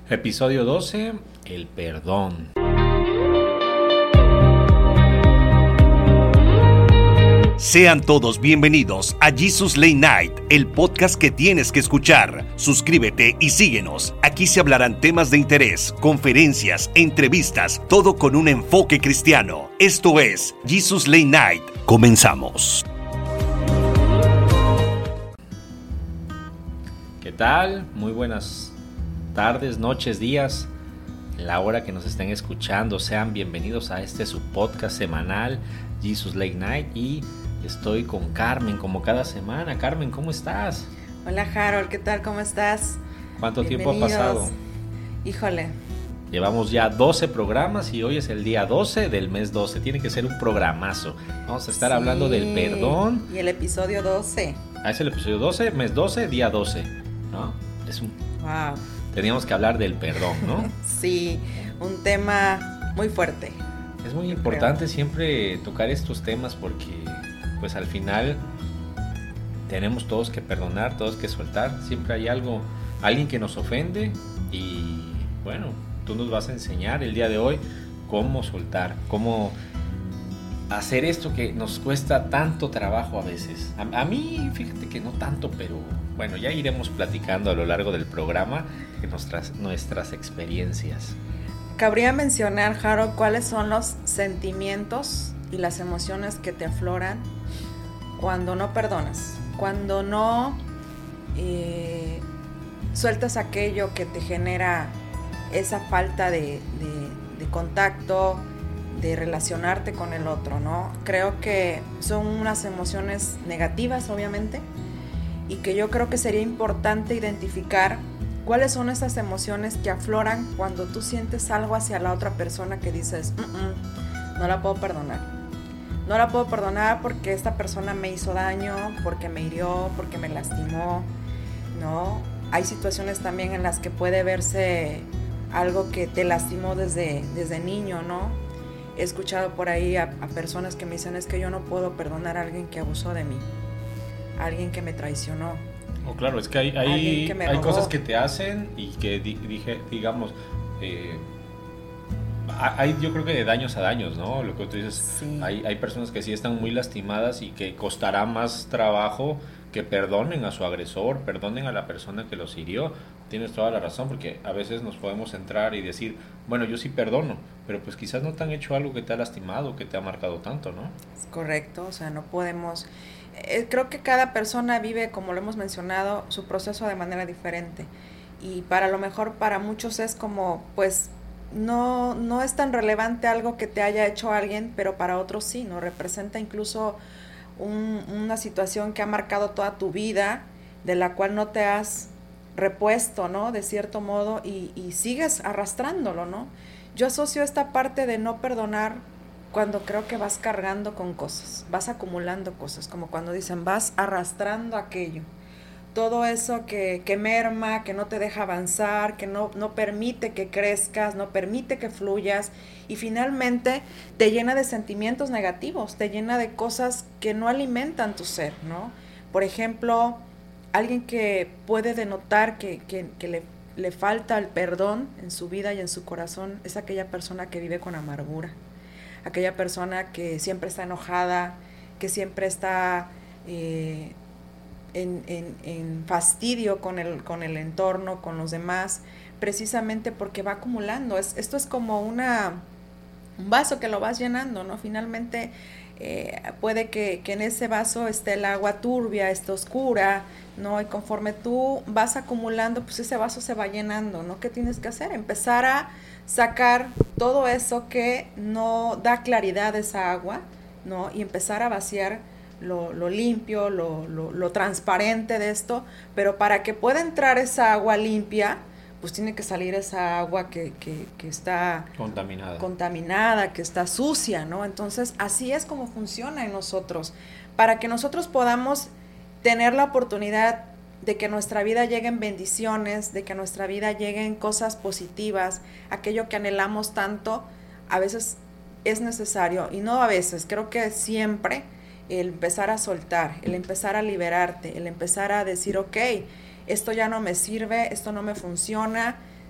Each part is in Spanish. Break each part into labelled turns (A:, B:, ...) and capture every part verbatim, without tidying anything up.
A: Episodio doce, el perdón.
B: Sean todos bienvenidos a Jesus Late Night, el podcast que tienes que escuchar. Suscríbete y síguenos. Aquí se hablarán temas de interés, conferencias, entrevistas, todo con un enfoque cristiano. Esto es Jesus Late Night. Comenzamos.
A: ¿Qué tal? Muy buenas tardes, noches, días. La hora que nos estén escuchando, sean bienvenidos a este su podcast semanal, Jesus Late Night, y estoy con Carmen como cada semana. Carmen, ¿cómo estás?
C: Hola Harold, ¿qué tal? ¿Cómo estás?
A: ¿Cuánto tiempo ha pasado?
C: Híjole.
A: Llevamos ya doce programas y hoy es el día doce del mes doce. Tiene que ser un programazo. Vamos a estar sí. hablando del perdón.
C: Y el episodio doce.
A: Ah, es el episodio doce, mes doce, día doce, ¿no? Es un...
C: Wow.
A: Teníamos que hablar del perdón, ¿no?
C: Sí, un tema muy fuerte.
A: Es muy importante siempre tocar estos temas porque, pues al final, tenemos todos que perdonar, todos que soltar. Siempre hay algo, alguien que nos ofende y, bueno, tú nos vas a enseñar el día de hoy cómo soltar, cómo hacer esto que nos cuesta tanto trabajo a veces. A, a mí, fíjate que no tanto, pero bueno, ya iremos platicando a lo largo del programa de nuestras, nuestras experiencias.
C: Cabría mencionar, Harold, cuáles son los sentimientos y las emociones que te afloran cuando no perdonas, cuando no eh, sueltas aquello que te genera esa falta de, de, de contacto, de relacionarte con el otro, ¿no? Creo que son unas emociones negativas, obviamente, y que yo creo que sería importante identificar cuáles son esas emociones que afloran cuando tú sientes algo hacia la otra persona que dices, mm-mm, no la puedo perdonar. No la puedo perdonar porque esta persona me hizo daño, porque me hirió, porque me lastimó, ¿no? Hay situaciones también en las que puede verse algo que te lastimó desde, desde niño, ¿no? He escuchado por ahí a, a personas que me dicen, es que yo no puedo perdonar a alguien que abusó de mí, a alguien que me traicionó.
A: Oh, claro, es que hay, hay, hay cosas que te hacen y que di, dije, digamos, eh, hay yo creo que de daños a daños, ¿no? Lo que tú dices, sí. hay, hay personas que sí están muy lastimadas y que costará más trabajo que perdonen a su agresor, perdonen a la persona que los hirió. Tienes toda la razón, porque a veces nos podemos entrar y decir, bueno, yo sí perdono, pero pues quizás no te han hecho algo que te ha lastimado, que te ha marcado tanto, ¿no?
C: Es correcto, o sea, no podemos... Eh, creo que cada persona vive, como lo hemos mencionado, su proceso de manera diferente. Y para lo mejor para muchos es como, pues, no, no es tan relevante algo que te haya hecho alguien, pero para otros sí, ¿no? Representa incluso un, una situación que ha marcado toda tu vida, de la cual no te has repuesto, ¿no? De cierto modo, y, y sigues arrastrándolo, ¿no? Yo asocio esta parte de no perdonar cuando creo que vas cargando con cosas, vas acumulando cosas, como cuando dicen, vas arrastrando aquello. Todo eso que, que merma, que no te deja avanzar, que no, no permite que crezcas, no permite que fluyas, y finalmente te llena de sentimientos negativos, te llena de cosas que no alimentan tu ser, ¿no? Por ejemplo, alguien que puede denotar que, que, que le, le falta el perdón en su vida y en su corazón es aquella persona que vive con amargura, aquella persona que siempre está enojada, que siempre está eh, en, en, en fastidio con el, con el entorno, con los demás, precisamente porque va acumulando. Es, esto es como una, un vaso que lo vas llenando, ¿no? Finalmente eh, puede que, que en ese vaso esté el agua turbia, esté oscura, ¿no? Y conforme tú vas acumulando, pues ese vaso se va llenando, ¿no? ¿Qué tienes que hacer? Empezar a sacar todo eso que no da claridad a esa agua, ¿no? Y empezar a vaciar lo, lo limpio, lo, lo, lo transparente de esto, pero para que pueda entrar esa agua limpia, pues tiene que salir esa agua que, que, que está
A: contaminada.
C: contaminada, que está sucia, ¿no? Entonces, así es como funciona en nosotros. Para que nosotros podamos tener la oportunidad de que nuestra vida lleguen bendiciones, de que nuestra vida lleguen cosas positivas, aquello que anhelamos tanto, a veces es necesario, y no a veces, creo que siempre, el empezar a soltar, el empezar a liberarte, el empezar a decir, ok, esto ya no me sirve, esto no me funciona,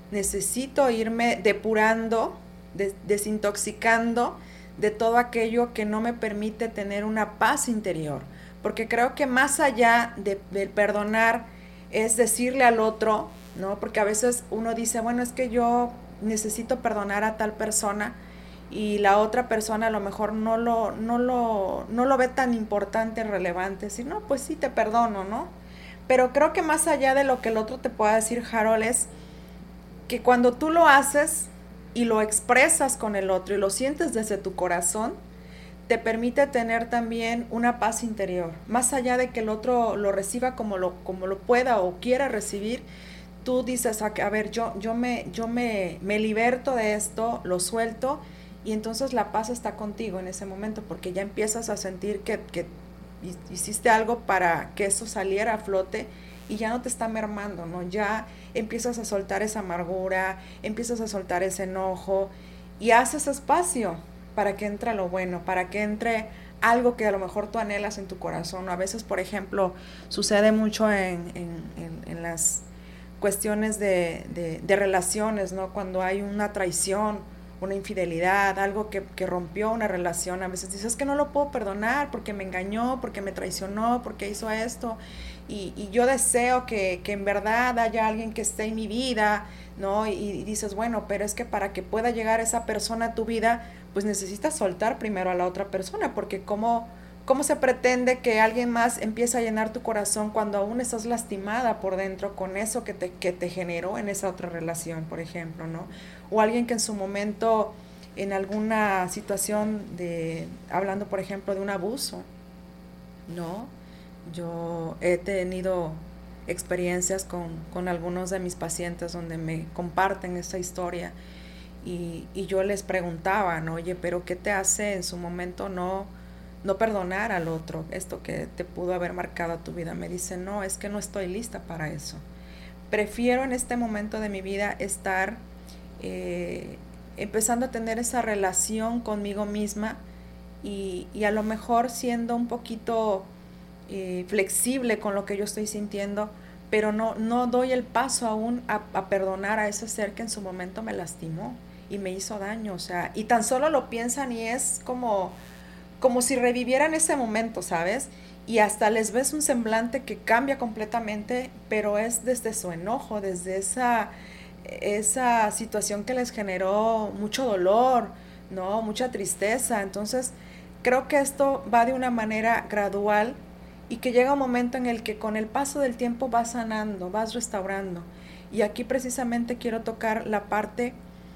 C: necesito irme depurando, des- desintoxicando de todo aquello que no me permite tener una paz interior. Porque creo que más allá de, de perdonar es decirle al otro, ¿no? Porque a veces uno dice, bueno, es que yo necesito perdonar a tal persona, y la otra persona a lo mejor no lo, no lo, no lo ve tan importante, relevante, decir, no, pues sí te perdono, ¿no? Pero creo que más allá de lo que el otro te pueda decir, Harold, es que cuando tú lo haces y lo expresas con el otro y lo sientes desde tu corazón, te permite tener también una paz interior. Más allá de que el otro lo reciba como lo, como lo pueda o quiera recibir, tú dices, a ver, yo, yo, me, yo me, me liberto de esto, lo suelto, y entonces la paz está contigo en ese momento, porque ya empiezas a sentir que, que hiciste algo para que eso saliera a flote y ya no te está mermando, ¿no? Ya empiezas a soltar esa amargura, empiezas a soltar ese enojo y haces espacio para que entre lo bueno, para que entre algo que a lo mejor tú anhelas en tu corazón. A veces, por ejemplo, sucede mucho en, en, en, en las cuestiones de, de, de relaciones, ¿no? Cuando hay una traición, una infidelidad, algo que, que rompió una relación, a veces dices, es que no lo puedo perdonar porque me engañó, porque me traicionó, porque hizo esto, y, y yo deseo que, que en verdad haya alguien que esté en mi vida, ¿no? Y, y dices, bueno, pero es que para que pueda llegar esa persona a tu vida, pues necesitas soltar primero a la otra persona, porque cómo, cómo se pretende que alguien más empiece a llenar tu corazón cuando aún estás lastimada por dentro con eso que te, que te generó en esa otra relación, por ejemplo, ¿no? O alguien que en su momento, en alguna situación de, hablando por ejemplo de un abuso, ¿no? Yo he tenido experiencias con, con algunos de mis pacientes donde me comparten esa historia, y, y yo les preguntaba, ¿no? Oye, pero ¿qué te hace en su momento no, no perdonar al otro esto que te pudo haber marcado tu vida? Me dicen, no, es que no estoy lista para eso. Prefiero en este momento de mi vida estar Eh, empezando a tener esa relación conmigo misma, y, y a lo mejor siendo un poquito eh, flexible con lo que yo estoy sintiendo, pero no, no doy el paso aún a, a perdonar a ese ser que en su momento me lastimó y me hizo daño, o sea, y tan solo lo piensan y es como, como si revivieran ese momento, ¿sabes? Y hasta les ves un semblante que cambia completamente, pero es desde su enojo, desde esa esa situación que les generó mucho dolor, ¿no? Mucha tristeza. Entonces, creo que esto va de una manera gradual, y que llega un momento en el que con el paso del tiempo vas sanando, vas restaurando. Y aquí precisamente quiero tocar la parte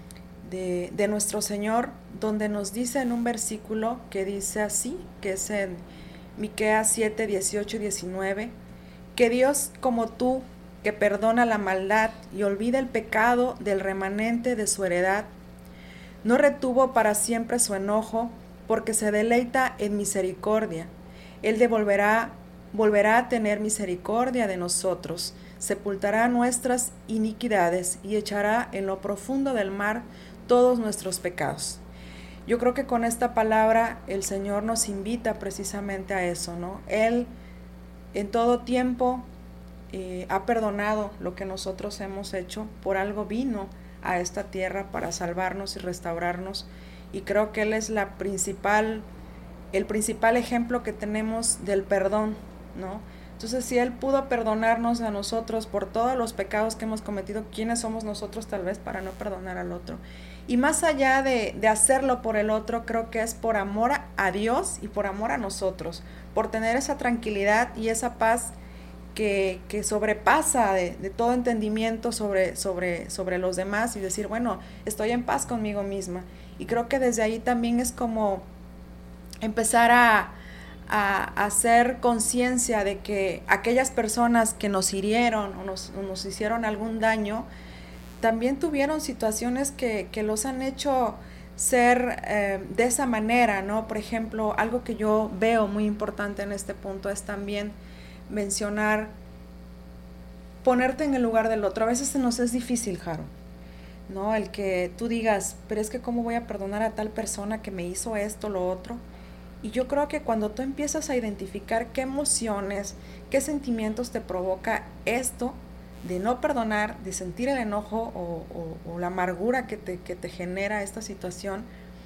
C: de, de nuestro Señor, donde nos dice en un versículo que dice así, que es en Miqueas siete, dieciocho y diecinueve, que Dios como tú, que perdona la maldad y olvida el pecado del remanente de su heredad, no retuvo para siempre su enojo, porque se deleita en misericordia. Él devolverá, volverá a tener misericordia de nosotros, sepultará nuestras iniquidades y echará en lo profundo del mar todos nuestros pecados. Yo creo que con esta palabra el Señor nos invita precisamente a eso, ¿no? Él en todo tiempo Eh, ha perdonado lo que nosotros hemos hecho, por algo vino a esta tierra para salvarnos y restaurarnos, y creo que Él es la principal, el principal ejemplo que tenemos del perdón, ¿no? Entonces, si Él pudo perdonarnos a nosotros por todos los pecados que hemos cometido, ¿quiénes somos nosotros tal vez para no perdonar al otro? Y más allá de, de hacerlo por el otro, creo que es por amor a Dios y por amor a nosotros, por tener esa tranquilidad y esa paz Que, que sobrepasa de, de todo entendimiento sobre, sobre, sobre los demás, y decir, bueno, estoy en paz conmigo misma. Y creo que desde ahí también es como empezar a, a, a hacer conciencia de que aquellas personas que nos hirieron o nos, o nos hicieron algún daño, también tuvieron situaciones que, que los han hecho ser eh, de esa manera, ¿no? Por ejemplo, algo que yo veo muy importante en este punto es también mencionar, ponerte en el lugar del otro. A veces se nos es difícil, Jaro, ¿no? El que tú digas, pero es que cómo voy a perdonar a tal persona que me hizo esto, lo otro. Y yo creo que cuando tú empiezas a identificar qué emociones, qué sentimientos te provoca esto, de no perdonar, de sentir el enojo o, o, o la amargura que te, que te genera esta situación,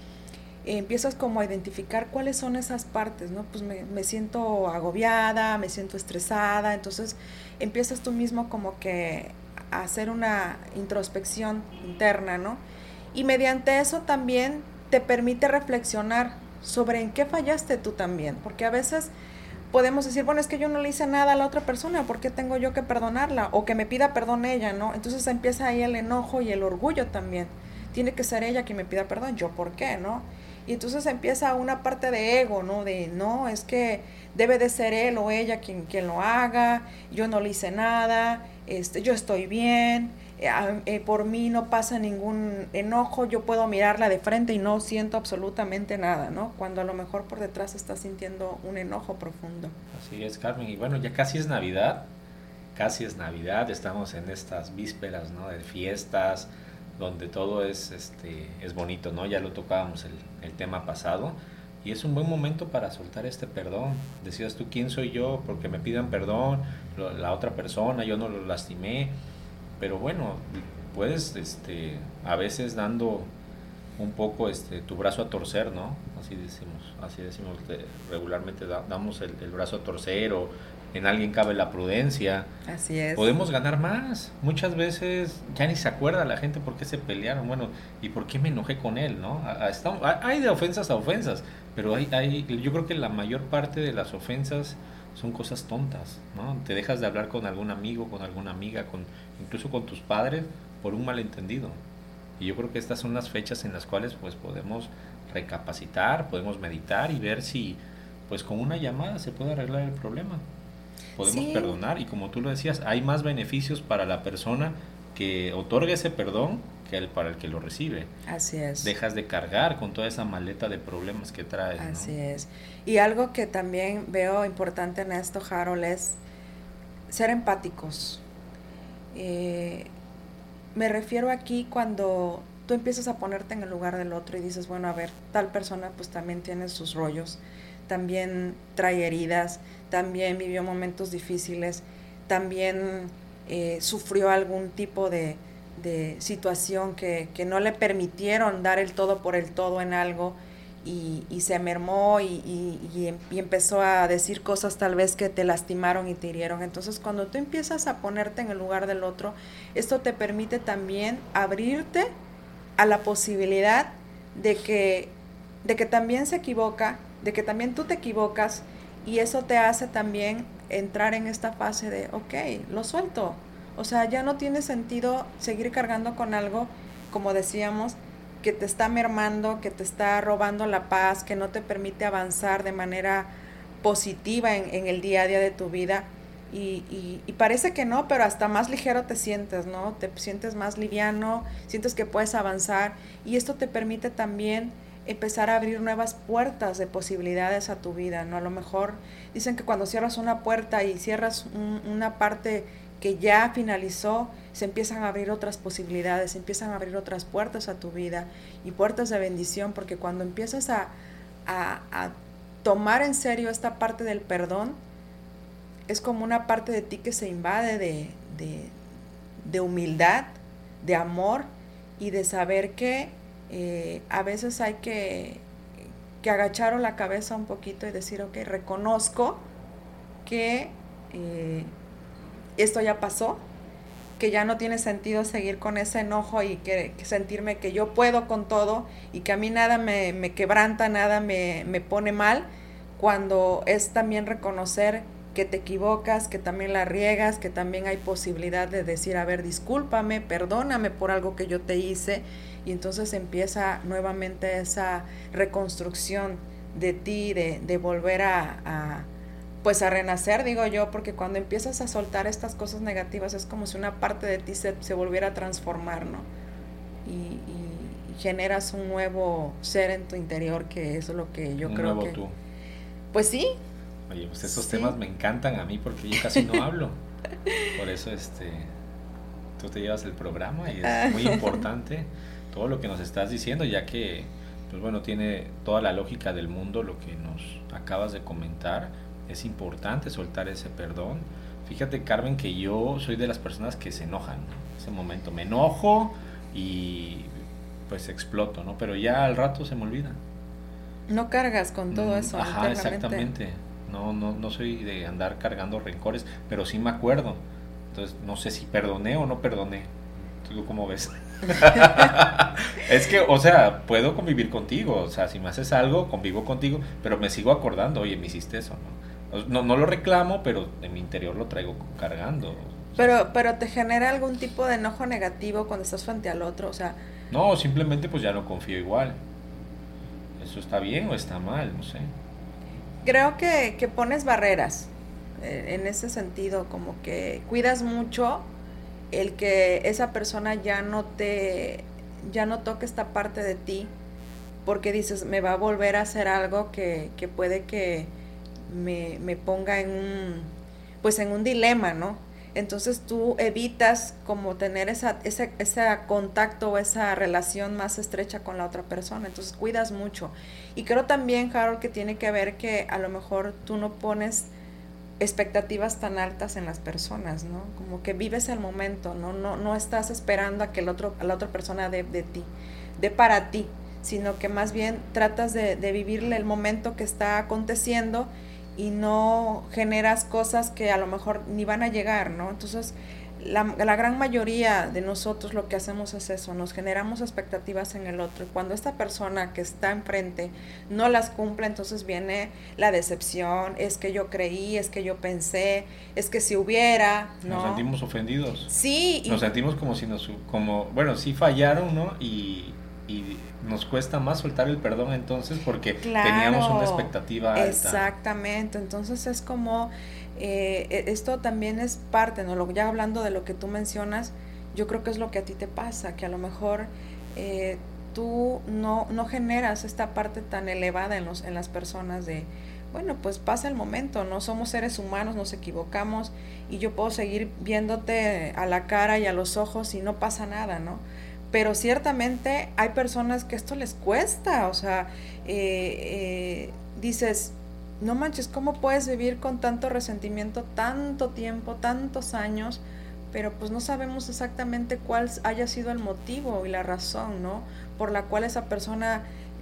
C: eh, empiezas como a identificar cuáles son esas partes, ¿no? Pues me, me siento agobiada, me siento estresada, entonces empiezas tú mismo como que a hacer una introspección interna, ¿no? Y mediante eso también te permite reflexionar sobre en qué fallaste tú también, porque a veces podemos decir, bueno, es que yo no le hice nada a la otra persona, ¿por qué tengo yo que perdonarla? O que me pida perdón ella, ¿no? Entonces empieza ahí el enojo y el orgullo también. Tiene que ser ella quien me pida perdón, ¿yo por qué, no? Y entonces empieza una parte de ego, ¿no? De, no, es que debe de ser él o ella quien, quien lo haga, yo no le hice nada, este, yo estoy bien, eh, eh, por mí no pasa ningún enojo, yo puedo mirarla de frente y no siento absolutamente nada, ¿no? Cuando a lo mejor por detrás estás sintiendo un enojo profundo.
A: Así es, Carmen. Y bueno, ya casi es Navidad, casi es Navidad, estamos en estas vísperas, ¿no? De fiestas, donde todo es, este, es bonito, ¿no? Ya lo tocábamos el, el tema pasado. Y es un buen momento para soltar este perdón. Decías tú, ¿quién soy yo? Porque me pidan perdón, lo, la otra persona, yo no lo lastimé. Pero bueno, puedes este, a veces dando un poco este, tu brazo a torcer, ¿no? Así decimos, así decimos de, regularmente da, damos el, el brazo a torcer, o en alguien cabe la prudencia.
C: Así es.
A: Podemos ganar más. Muchas veces ya ni se acuerda la gente por qué se pelearon, bueno, y por qué me enojé con él, ¿no? A, a, estamos, a, hay de ofensas a ofensas, pero hay, hay, yo creo que la mayor parte de las ofensas son cosas tontas, ¿no? Te dejas de hablar con algún amigo, con alguna amiga, con incluso con tus padres por un malentendido. Y yo creo que estas son las fechas en las cuales pues podemos recapacitar, podemos meditar y ver si pues con una llamada se puede arreglar el problema. Podemos sí. perdonar, y como tú lo decías, hay más beneficios para la persona que otorga ese perdón que el, para el que lo recibe.
C: Así es.
A: Dejas de cargar con toda esa maleta de problemas que traes, ¿no?
C: Así es. Y algo que también veo importante en esto, Harold, es ser empáticos. Eh, me refiero aquí cuando tú empiezas a ponerte en el lugar del otro y dices, bueno, a ver, tal persona pues también tiene sus rollos, también trae heridas, también vivió momentos difíciles, también eh, sufrió algún tipo de, de situación que, que no le permitieron dar el todo por el todo en algo, y, y se mermó y, y, y, y empezó a decir cosas tal vez que te lastimaron y te hirieron. Entonces cuando tú empiezas a ponerte en el lugar del otro, esto te permite también abrirte a la posibilidad de que, de que también se equivoca, de que también tú te equivocas, y eso te hace también entrar en esta fase de, ok, lo suelto. O sea, ya no tiene sentido seguir cargando con algo, como decíamos, que te está mermando, que te está robando la paz, que no te permite avanzar de manera positiva en, en el día a día de tu vida. Y, y, y parece que no, pero hasta más ligero te sientes, ¿no? Te sientes más liviano, sientes que puedes avanzar, y esto te permite también empezar a abrir nuevas puertas de posibilidades a tu vida, ¿no? A lo mejor dicen que cuando cierras una puerta y cierras un, una parte que ya finalizó, se empiezan a abrir otras posibilidades, se empiezan a abrir otras puertas a tu vida, y puertas de bendición, porque cuando empiezas a, a, a tomar en serio esta parte del perdón, es como una parte de ti que se invade de, de, de humildad, de amor, y de saber que eh, a veces hay que, que agachar la cabeza un poquito y decir, ok, reconozco que eh, esto ya pasó, que ya no tiene sentido seguir con ese enojo y que, que sentirme que yo puedo con todo y que a mí nada me, me quebranta, nada me, me pone mal, cuando es también reconocer que te equivocas, que también la riegas, que también hay posibilidad de decir, a ver, discúlpame, perdóname por algo que yo te hice, y entonces empieza nuevamente esa reconstrucción de ti, de, de volver a, a, pues a renacer, digo yo, porque cuando empiezas a soltar estas cosas negativas es como si una parte de ti se, se volviera a transformar, ¿no? Y, y, y generas un nuevo ser en tu interior, que eso es lo que yo
A: un
C: creo
A: nuevo
C: que...
A: tú.
C: Pues sí.
A: Oye, pues estos
C: sí.
A: temas me encantan a mí porque yo casi no hablo. Por eso este tú te llevas el programa y es muy importante todo lo que nos estás diciendo, ya que pues bueno, tiene toda la lógica del mundo lo que nos acabas de comentar. Es importante soltar ese perdón. Fíjate, Carmen, que yo soy de las personas que se enojan, ¿no? En ese momento me enojo y pues exploto, ¿no? Pero ya al rato se me olvida.
C: No cargas con todo eso.
A: Ajá, exactamente. No, no, no soy de andar cargando rencores, pero sí me acuerdo. Entonces, no sé si perdoné o no perdoné. ¿Tú cómo ves? Es que, o sea, puedo convivir contigo. O sea, si me haces algo, convivo contigo, pero me sigo acordando, oye, me hiciste eso, ¿no? No, no lo reclamo, pero en mi interior lo traigo cargando.
C: Pero, pero te genera algún tipo de enojo negativo cuando estás frente al otro, o sea...
A: No, simplemente pues ya no confío igual. ¿Eso está bien o está mal? No sé.
C: Creo que, que pones barreras eh, en ese sentido, como que cuidas mucho el que esa persona ya no te, ya no toque esta parte de ti, porque dices, me va a volver a hacer algo que, que puede que me, me ponga en un, pues en un dilema, ¿no? Entonces tú evitas como tener esa, ese, ese contacto o esa relación más estrecha con la otra persona, entonces cuidas mucho. Y creo también, Harold, que tiene que ver que a lo mejor tú no pones expectativas tan altas en las personas, ¿no? Como que vives el momento, ¿no? No, no estás esperando a que el otro, a la otra persona dé de ti, dé para ti, sino que más bien tratas de, de vivirle el momento que está aconteciendo y no generas cosas que a lo mejor ni van a llegar, ¿no? Entonces, la, la gran mayoría de nosotros lo que hacemos es eso, nos generamos expectativas en el otro. Y cuando esta persona que está enfrente no las cumple, entonces viene la decepción, es que yo creí, es que yo pensé, es que si hubiera, ¿no?
A: Nos sentimos ofendidos.
C: Sí.
A: Nos y... sentimos como si nos, como, bueno, sí fallaron, ¿no? Y... y nos cuesta más soltar el perdón entonces porque claro, teníamos una expectativa alta.
C: Exactamente, entonces es como, eh, esto también es parte, ¿no? Ya hablando de lo que tú mencionas, yo creo que es lo que a ti te pasa, que a lo mejor eh, tú no, no generas esta parte tan elevada en, los, en las personas de, bueno, pues pasa el momento, ¿no? Somos seres humanos, nos equivocamos y yo puedo seguir viéndote a la cara y a los ojos y no pasa nada, ¿no? Pero ciertamente hay personas que esto les cuesta, o sea, eh, eh, dices, no manches, ¿cómo puedes vivir con tanto resentimiento, tanto tiempo, tantos años? Pero pues no sabemos exactamente cuál haya sido el motivo y la razón, ¿no? Por la cual esa persona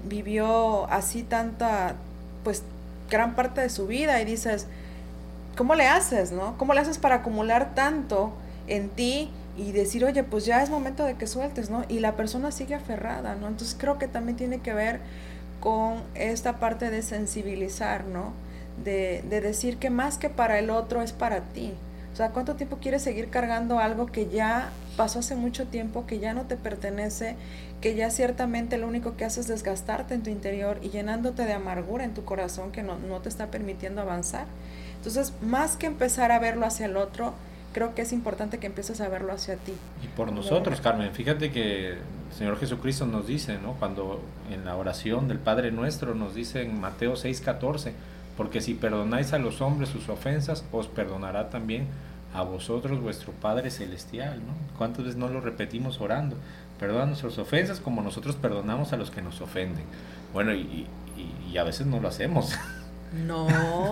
C: vivió así tanta, pues, gran parte de su vida y dices, ¿cómo le haces, no? ¿Cómo le haces para acumular tanto en ti? Y decir, oye, pues ya es momento de que sueltes, ¿no? Y la persona sigue aferrada, ¿no? Entonces creo que también tiene que ver con esta parte de sensibilizar, ¿no? De, de decir que más que para el otro es para ti. O sea, ¿cuánto tiempo quieres seguir cargando algo que ya pasó hace mucho tiempo, que ya no te pertenece, que ya ciertamente lo único que hace es desgastarte en tu interior y llenándote de amargura en tu corazón que no, no te está permitiendo avanzar? Entonces, más que empezar a verlo hacia el otro, creo que es importante que empieces a verlo hacia ti.
A: Y por nosotros, Carmen, fíjate que el Señor Jesucristo nos dice, ¿no? Cuando en la oración del Padre Nuestro nos dice en Mateo seis catorce, porque si perdonáis a los hombres sus ofensas, os perdonará también a vosotros vuestro Padre Celestial, ¿no? ¿Cuántas veces no lo repetimos orando? Perdona nuestras ofensas como nosotros perdonamos a los que nos ofenden. Bueno, y, y, y a veces no lo hacemos.
C: No,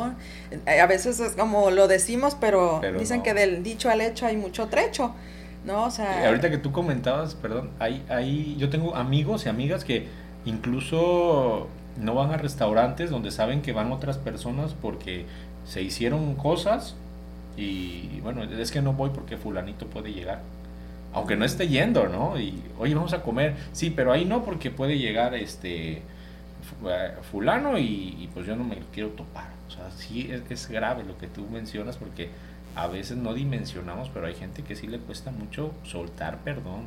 C: a veces es como lo decimos, pero, pero dicen no. Que del dicho al hecho hay mucho trecho, ¿no? O sea,
A: ahorita que tú comentabas, perdón, hay, hay, yo tengo amigos y amigas que incluso no van a restaurantes donde saben que van otras personas porque se hicieron cosas y bueno, es que no voy porque fulanito puede llegar, aunque no esté yendo, ¿no? Y oye, vamos a comer, sí, pero ahí no porque puede llegar este fulano y, y pues yo no me lo quiero topar. O sea, sí es, es grave lo que tú mencionas porque a veces no dimensionamos, pero hay gente que sí le cuesta mucho soltar perdón.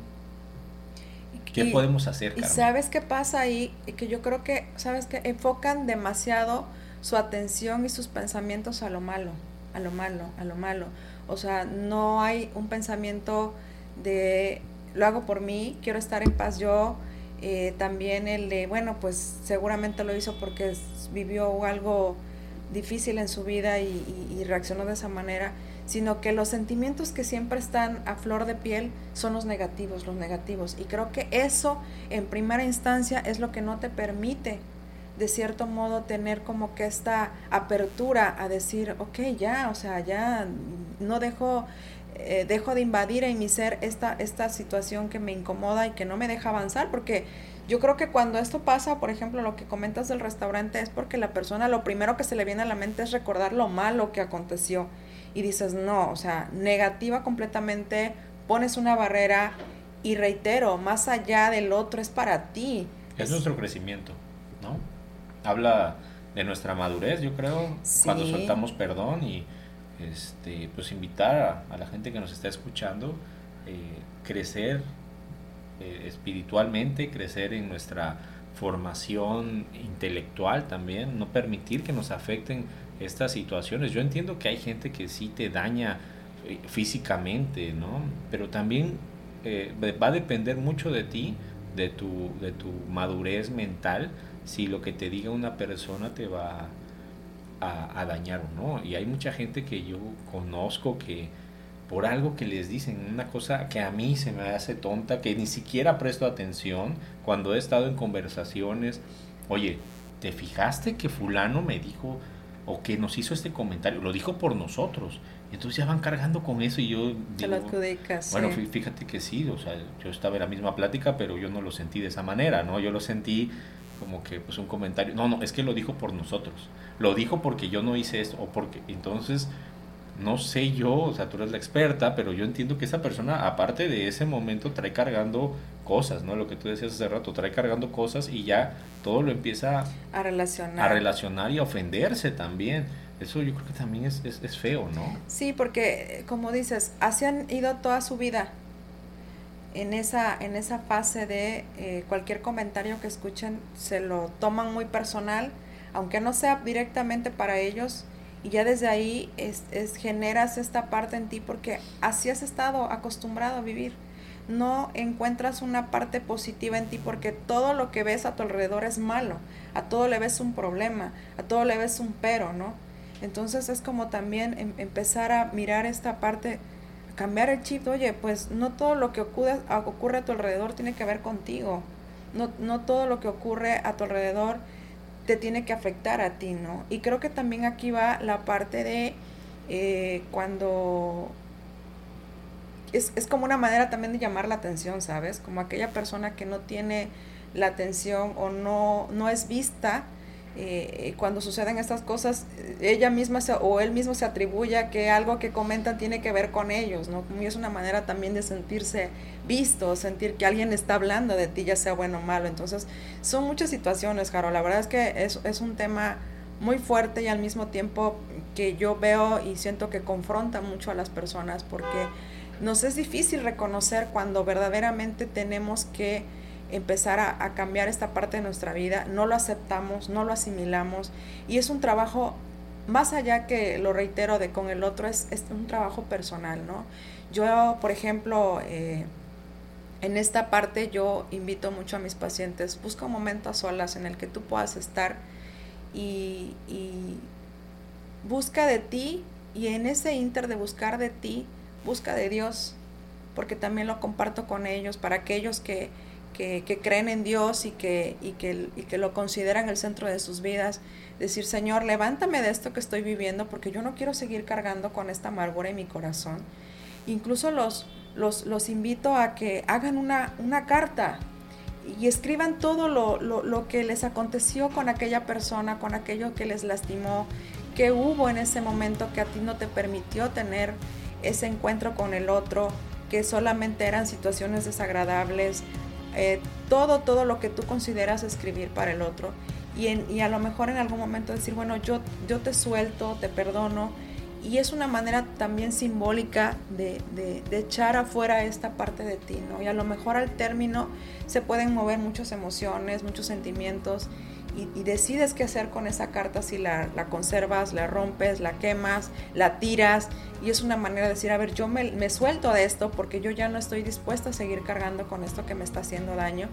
A: ¿Qué y, podemos hacer, Carmen?
C: Y ¿sabes qué pasa ahí? Que yo creo que, ¿sabes qué? Enfocan demasiado su atención y sus pensamientos a lo malo, a lo malo, a lo malo. O sea, no hay un pensamiento de lo hago por mí, quiero estar en paz yo. Eh, también el de, bueno, pues seguramente lo hizo porque vivió algo difícil en su vida y, y, y reaccionó de esa manera, sino que los sentimientos que siempre están a flor de piel son los negativos, los negativos, y creo que eso en primera instancia es lo que no te permite de cierto modo tener como que esta apertura a decir, ok, ya, o sea, ya no dejo, eh, dejo de invadir en mi ser esta, esta situación que me incomoda y que no me deja avanzar, porque yo creo que cuando esto pasa, por ejemplo, lo que comentas del restaurante, es porque la persona lo primero que se le viene a la mente es recordar lo malo que aconteció y dices, no, o sea, negativa completamente, pones una barrera y reitero, más allá del otro es para ti.
A: Es, es nuestro crecimiento, ¿no? Habla de nuestra madurez, yo creo, sí. Cuando soltamos perdón y este, pues invitar a, a la gente que nos está escuchando, eh, crecer eh, espiritualmente, crecer en nuestra formación intelectual también, no permitir que nos afecten estas situaciones. Yo entiendo que hay gente que sí te daña eh, físicamente, ¿no? Pero también eh, va a depender mucho de ti, de tu, de tu madurez mental, si lo que te diga una persona te va a, a dañar o no. Y hay mucha gente que yo conozco que por algo que les dicen, una cosa que a mí se me hace tonta, que ni siquiera presto atención cuando he estado en conversaciones, oye, ¿te fijaste que fulano me dijo o que nos hizo este comentario? Lo dijo por nosotros. Entonces ya van cargando con eso y yo digo,
C: te lo adjudicas,
A: bueno,
C: sí.
A: Fíjate que sí, o sea, yo estaba en la misma plática, pero yo no lo sentí de esa manera, ¿no? Yo lo sentí como que pues un comentario, no, no, es que lo dijo por nosotros, lo dijo porque yo no hice esto, o porque, entonces, no sé yo, o sea, tú eres la experta, pero yo entiendo que esa persona, aparte de ese momento, trae cargando cosas, ¿no? Lo que tú decías hace rato, trae cargando cosas y ya todo lo empieza
C: a relacionar,
A: a relacionar y a ofenderse también. Eso yo creo que también es, es, es feo, ¿no?
C: Sí, porque, como dices, así han ido toda su vida. En esa, en esa fase de eh, cualquier comentario que escuchen se lo toman muy personal, aunque no sea directamente para ellos, y ya desde ahí es, es, generas esta parte en ti porque así has estado acostumbrado a vivir. No encuentras una parte positiva en ti porque todo lo que ves a tu alrededor es malo, a todo le ves un problema, a todo le ves un pero, ¿no? Entonces es como también em, empezar a mirar esta parte, cambiar el chip, oye, pues no todo lo que ocurre, ocurre a tu alrededor tiene que ver contigo, no, no todo lo que ocurre a tu alrededor te tiene que afectar a ti, ¿no? Y creo que también aquí va la parte de eh, cuando es, es como una manera también de llamar la atención, ¿sabes? Como aquella persona que no tiene la atención o no, no es vista. Eh, cuando suceden estas cosas, ella misma se, o él mismo se atribuye a que algo que comentan tiene que ver con ellos, ¿no? Y es una manera también de sentirse visto, sentir que alguien está hablando de ti, ya sea bueno o malo. Entonces, son muchas situaciones, Jaro. La verdad es que es, es un tema muy fuerte y al mismo tiempo que yo veo y siento que confronta mucho a las personas porque nos es difícil reconocer cuando verdaderamente tenemos que empezar a, a cambiar esta parte de nuestra vida, no lo aceptamos, no lo asimilamos y es un trabajo, más allá que lo reitero de con el otro, es, es un trabajo personal, ¿no? Yo, por ejemplo, eh, en esta parte yo invito mucho a mis pacientes, busca un momento a solas en el que tú puedas estar y, y busca de ti y en ese inter de buscar de ti, busca de Dios, porque también lo comparto con ellos, para aquellos que Que, que creen en Dios y que, y, que, y que lo consideran el centro de sus vidas, decir, Señor, levántame de esto que estoy viviendo porque yo no quiero seguir cargando con esta amargura en mi corazón. Incluso los, los, los invito a que hagan una, una carta y escriban todo lo, lo, lo que les aconteció con aquella persona, con aquello que les lastimó, que hubo en ese momento que a ti no te permitió tener ese encuentro con el otro, que solamente eran situaciones desagradables. Eh, todo, todo lo que tú consideras escribir para el otro y, en, y a lo mejor en algún momento decir, bueno, yo, yo te suelto, te perdono y es una manera también simbólica de, de, de echar afuera esta parte de ti, ¿no? Y a lo mejor al término se pueden mover muchas emociones, muchos sentimientos y, y decides qué hacer con esa carta, si la, la conservas, la rompes, la quemas, la tiras y es una manera de decir, a ver, yo me, me suelto de esto porque yo ya no estoy dispuesta a seguir cargando con esto que me está haciendo daño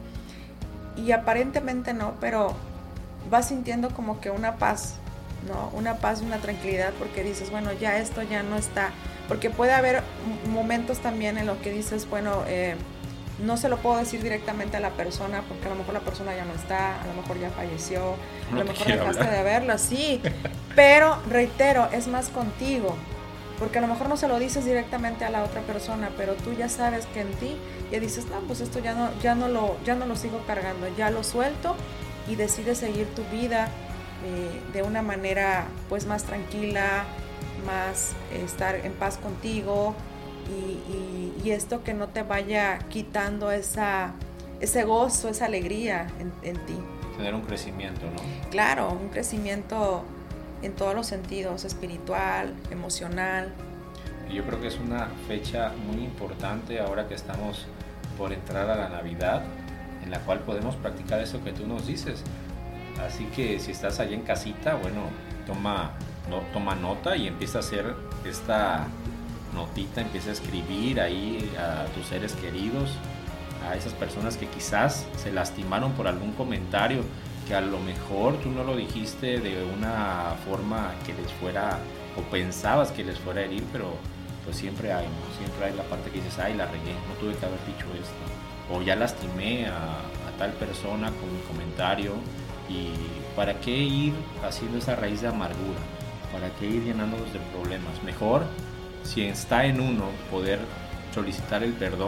C: y aparentemente no, pero vas sintiendo como que una paz, ¿no? Una paz, una tranquilidad porque dices, bueno, ya esto ya no está, porque puede haber momentos también en los que dices, bueno, eh, no se lo puedo decir directamente a la persona porque a lo mejor la persona ya no está, a lo mejor ya falleció,
A: No
C: a lo
A: te
C: mejor
A: quiero
C: dejaste
A: hablar.
C: de verla, sí, pero reitero, es más contigo, porque a lo mejor no se lo dices directamente a la otra persona, pero tú ya sabes que en ti ya dices, no, pues esto ya no, ya no lo, ya no lo sigo cargando, ya lo suelto y decides seguir tu vida eh, de una manera pues más tranquila, más eh, estar en paz contigo. Y, y, y esto que no te vaya quitando esa, ese gozo, esa alegría en, en ti.
A: Tener un crecimiento, ¿no?
C: Claro, un crecimiento en todos los sentidos, espiritual, emocional.
A: Y yo creo que es una fecha muy importante ahora que estamos por entrar a la Navidad, en la cual podemos practicar eso que tú nos dices. Así que si estás allá en casita, bueno, toma, no, toma nota y empieza a hacer esta notita, empieza a escribir ahí a tus seres queridos, a esas personas que quizás se lastimaron por algún comentario que a lo mejor tú no lo dijiste de una forma que les fuera o pensabas que les fuera a herir, pero pues siempre hay, ¿no? Siempre hay la parte que dices, ay, la regué, no tuve que haber dicho esto, o ya lastimé a, a tal persona con mi comentario, y para qué ir haciendo esa raíz de amargura, para qué ir llenándonos de problemas. Mejor, si está en uno poder solicitar el perdón,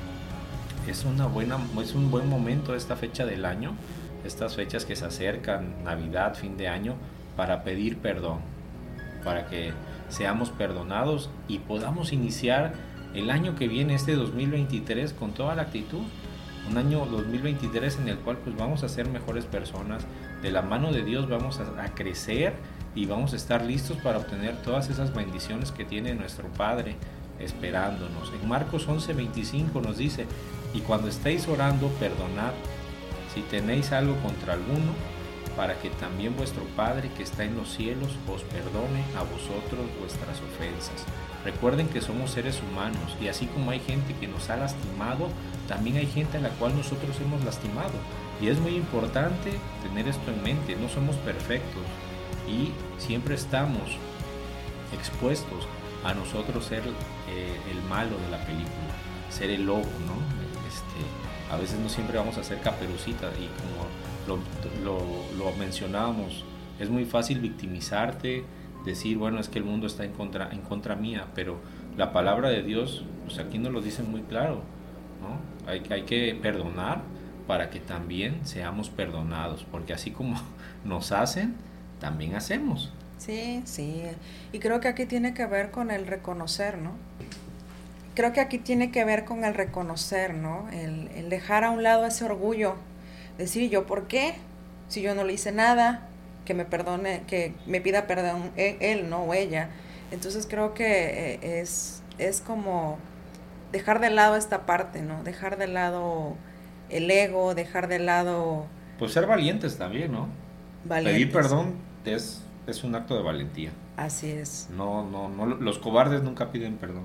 A: es una buena, es un buen momento esta fecha del año, estas fechas que se acercan, Navidad, fin de año, para pedir perdón, para que seamos perdonados y podamos iniciar el año que viene, este dos mil veintitrés, con toda la actitud. Un año dos mil veintitrés en el cual pues vamos a ser mejores personas, de la mano de Dios vamos a, a crecer y vamos a estar listos para obtener todas esas bendiciones que tiene nuestro Padre esperándonos. En Marcos once veinticinco nos dice, y cuando estéis orando, perdonad si tenéis algo contra alguno, para que también vuestro Padre que está en los cielos os perdone a vosotros vuestras ofensas. Recuerden que somos seres humanos y así como hay gente que nos ha lastimado, también hay gente a la cual nosotros hemos lastimado. Y es muy importante tener esto en mente, no somos perfectos y siempre estamos expuestos a nosotros ser eh, el malo de la película, ser el lobo, ¿no? Este, a veces no siempre vamos a ser Caperucita y como lo, lo, lo mencionábamos, es muy fácil victimizarte, decir, bueno, es que el mundo está en contra, en contra mía, pero la palabra de Dios, pues aquí nos lo dice muy claro, ¿no? Hay, hay que perdonar para que también seamos perdonados, porque así como nos hacen, también hacemos.
C: Sí, sí, y creo que aquí tiene que ver con el reconocer, ¿no? Creo que aquí tiene que ver con el reconocer, ¿no? El, el dejar a un lado ese orgullo, decir, ¿yo por qué? Si yo no le hice nada, que me perdone, que me pida perdón él, él ¿no? O ella. Entonces creo que eh, es, es como dejar de lado esta parte, ¿no? Dejar de lado el ego, dejar de lado...
A: Pues ser valientes también, ¿no?
C: Valientes.
A: Pedir perdón es, es un acto de valentía.
C: Así es.
A: No, no, no, los cobardes nunca piden perdón.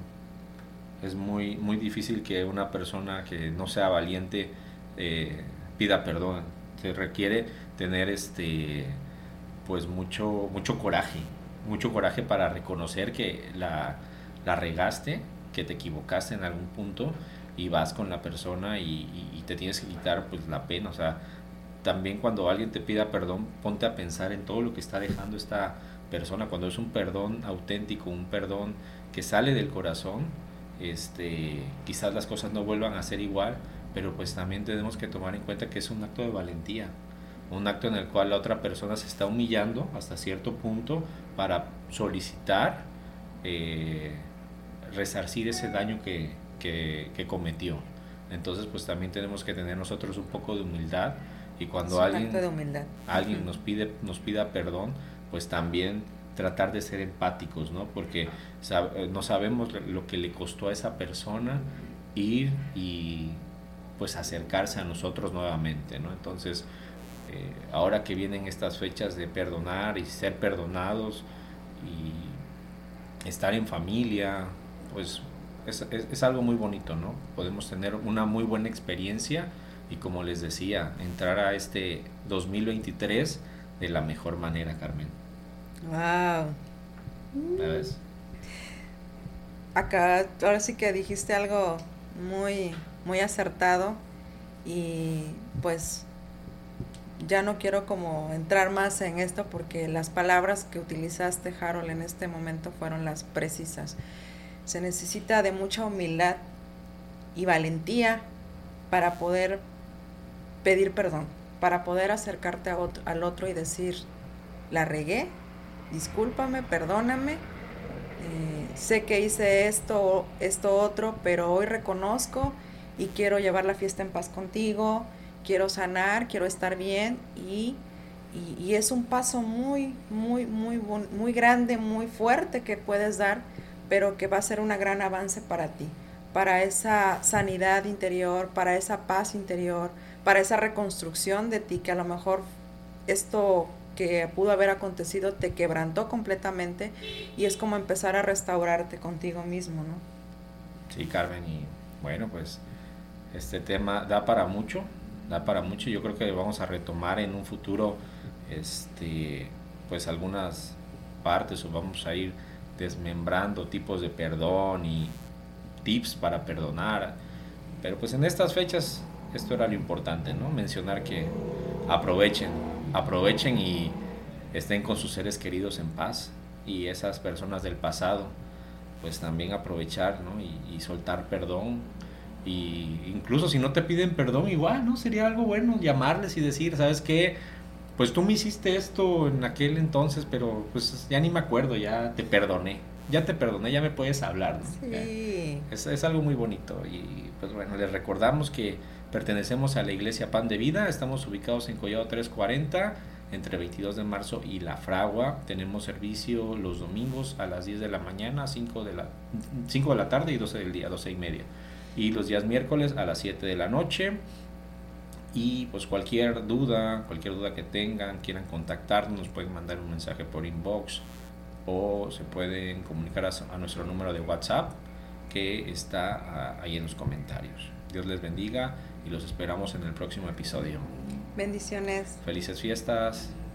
A: Es muy, muy difícil que una persona que no sea valiente eh, pida perdón. Se requiere tener este, pues mucho, mucho coraje, mucho coraje para reconocer que la, la regaste, que te equivocaste en algún punto y vas con la persona y, y, y te tienes que quitar pues la pena. O sea, también cuando alguien te pida perdón, ponte a pensar en todo lo que está dejando esta persona. Cuando es un perdón auténtico, un perdón que sale del corazón, este, quizás las cosas no vuelvan a ser igual, pero pues también tenemos que tomar en cuenta que es un acto de valentía, un acto en el cual la otra persona se está humillando hasta cierto punto para solicitar eh, resarcir ese daño que, que, que cometió. Entonces pues también tenemos que tener nosotros un poco de humildad, y cuando alguien,
C: de humildad.
A: alguien nos pide, nos pida perdón, pues también tratar de ser empáticos, ¿no? Porque sab- no sabemos lo que le costó a esa persona ir y pues acercarse a nosotros nuevamente, ¿no? Entonces eh, ahora que vienen estas fechas de perdonar y ser perdonados y estar en familia, pues es, es, es algo muy bonito, ¿no? Podemos tener una muy buena experiencia y, como les decía, entrar a este dos mil veintitrés de la mejor manera, Carmen.
C: Wow.
A: ¿Sabes?
C: Acá ahora sí que dijiste algo muy muy acertado y pues ya no quiero como entrar más en esto porque las palabras que utilizaste, Harold, en este momento fueron las precisas. Se necesita de mucha humildad y valentía para poder pedir perdón, para poder acercarte a otro, al otro y decir, la regué, discúlpame, perdóname, eh, sé que hice esto, esto otro, pero hoy reconozco y quiero llevar la fiesta en paz contigo, quiero sanar, quiero estar bien y, y, y es un paso muy, muy, muy, muy grande, muy fuerte que puedes dar, pero que va a ser un gran avance para ti, para esa sanidad interior, para esa paz interior, para esa reconstrucción de ti, que a lo mejor esto que pudo haber acontecido te quebrantó completamente y es como empezar a restaurarte contigo mismo, ¿no?
A: Sí, Carmen, y bueno, pues este tema da para mucho, da para mucho. Yo creo que vamos a retomar en un futuro este pues algunas partes, o vamos a ir desmembrando tipos de perdón y tips para perdonar, pero pues en estas fechas esto era lo importante, ¿no? Mencionar que aprovechen, aprovechen y estén con sus seres queridos en paz, y esas personas del pasado pues también aprovechar, ¿no? y, y soltar perdón. Y incluso si no te piden perdón, igual, ¿no? Sería algo bueno llamarles y decir, ¿sabes qué? Pues tú me hiciste esto en aquel entonces, pero pues ya ni me acuerdo, ya te perdoné, ya te perdoné, ya me puedes hablar, ¿no?
C: Sí.
A: Es, es algo muy bonito. Y pues bueno, les recordamos que pertenecemos a la Iglesia Pan de Vida, estamos ubicados en Collado trescientos cuarenta, entre veintidós de marzo y La Fragua. Tenemos servicio los domingos a las diez de la mañana, cinco de la, cinco de la tarde y doce del día, doce y media. Y los días miércoles a las siete de la noche. Y pues cualquier duda, cualquier duda que tengan, quieran contactarnos, nos pueden mandar un mensaje por inbox o se pueden comunicar a, a nuestro número de WhatsApp que está a, ahí en los comentarios. Dios les bendiga y los esperamos en el próximo episodio.
C: Bendiciones.
A: Felices fiestas.